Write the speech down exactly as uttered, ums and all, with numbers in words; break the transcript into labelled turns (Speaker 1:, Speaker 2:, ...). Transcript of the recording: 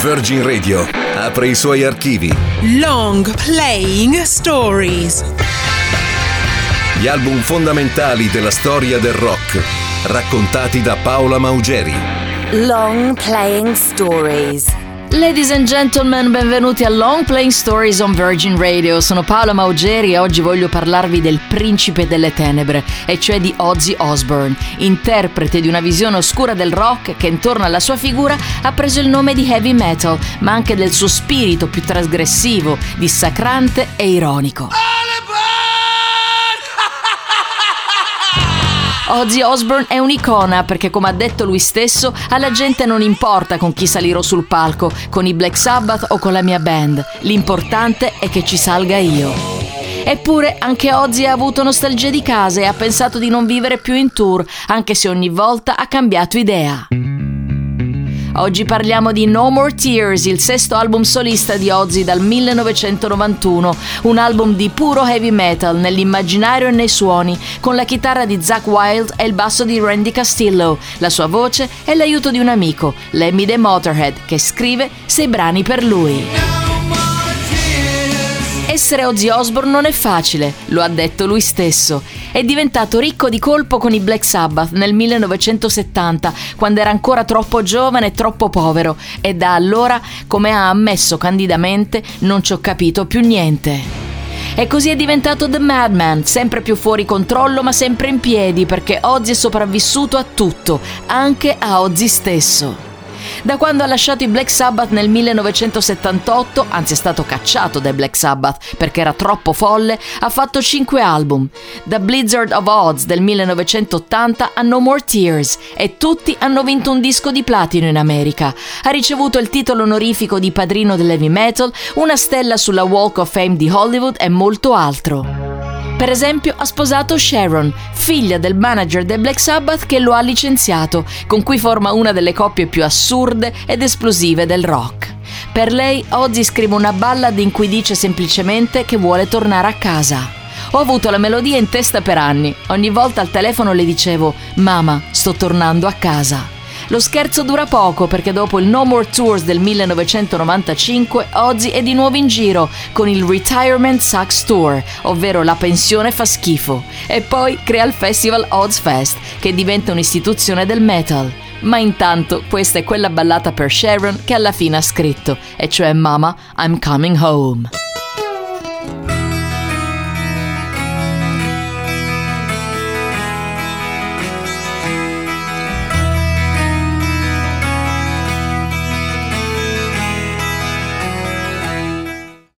Speaker 1: Virgin Radio apre i suoi archivi.
Speaker 2: Long Playing Stories.
Speaker 1: Gli album fondamentali della storia del rock, raccontati da Paola Maugeri.
Speaker 3: Long Playing Stories.
Speaker 4: Ladies and gentlemen, benvenuti a Long Playing Stories on Virgin Radio. Sono Paola Maugeri e oggi voglio parlarvi del principe delle tenebre, e cioè di Ozzy Osbourne, interprete di una visione oscura del rock che intorno alla sua figura ha preso il nome di heavy metal, ma anche del suo spirito più trasgressivo, dissacrante e ironico. Ozzy Osbourne è un'icona perché, come ha detto lui stesso, alla gente non importa con chi salirò sul palco, con i Black Sabbath o con la mia band, l'importante è che ci salga io. Eppure anche Ozzy ha avuto nostalgia di casa e ha pensato di non vivere più in tour, anche se ogni volta ha cambiato idea. Oggi parliamo di No More Tears, il sesto album solista di Ozzy dal millenovecentonovantuno, un album di puro heavy metal nell'immaginario e nei suoni, con la chitarra di Zakk Wylde e il basso di Randy Castillo, la sua voce e l'aiuto di un amico, Lemmy the Motorhead, che scrive sei brani per lui. Essere Ozzy Osbourne non è facile, lo ha detto lui stesso. È diventato ricco di colpo con i Black Sabbath nel millenovecentosettanta, quando era ancora troppo giovane e troppo povero, e da allora, come ha ammesso candidamente, non ci ho capito più niente. E così è diventato The Madman, sempre più fuori controllo ma sempre in piedi, perché Ozzy è sopravvissuto a tutto, anche a Ozzy stesso. Da quando ha lasciato i Black Sabbath nel millenovecentosettantotto, anzi è stato cacciato dai Black Sabbath perché era troppo folle, ha fatto cinque album, da Blizzard of Ozz del millenovecentottanta a No More Tears, e tutti hanno vinto un disco di platino in America. Ha ricevuto il titolo onorifico di padrino dell'heavy metal, una stella sulla Walk of Fame di Hollywood e molto altro. Per esempio ha sposato Sharon, figlia del manager dei Black Sabbath che lo ha licenziato, con cui forma una delle coppie più assurde ed esplosive del rock. Per lei Ozzy scrive una ballad in cui dice semplicemente che vuole tornare a casa. Ho avuto la melodia in testa per anni, ogni volta al telefono le dicevo «Mamma, sto tornando a casa». Lo scherzo dura poco perché dopo il No More Tours del millenovecentonovantacinque Ozzy è di nuovo in giro con il Retirement Sucks Tour, ovvero la pensione fa schifo, e poi crea il festival Ozzfest, che diventa un'istituzione del metal. Ma intanto questa è quella ballata per Sharon che alla fine ha scritto, e cioè Mama, I'm Coming Home.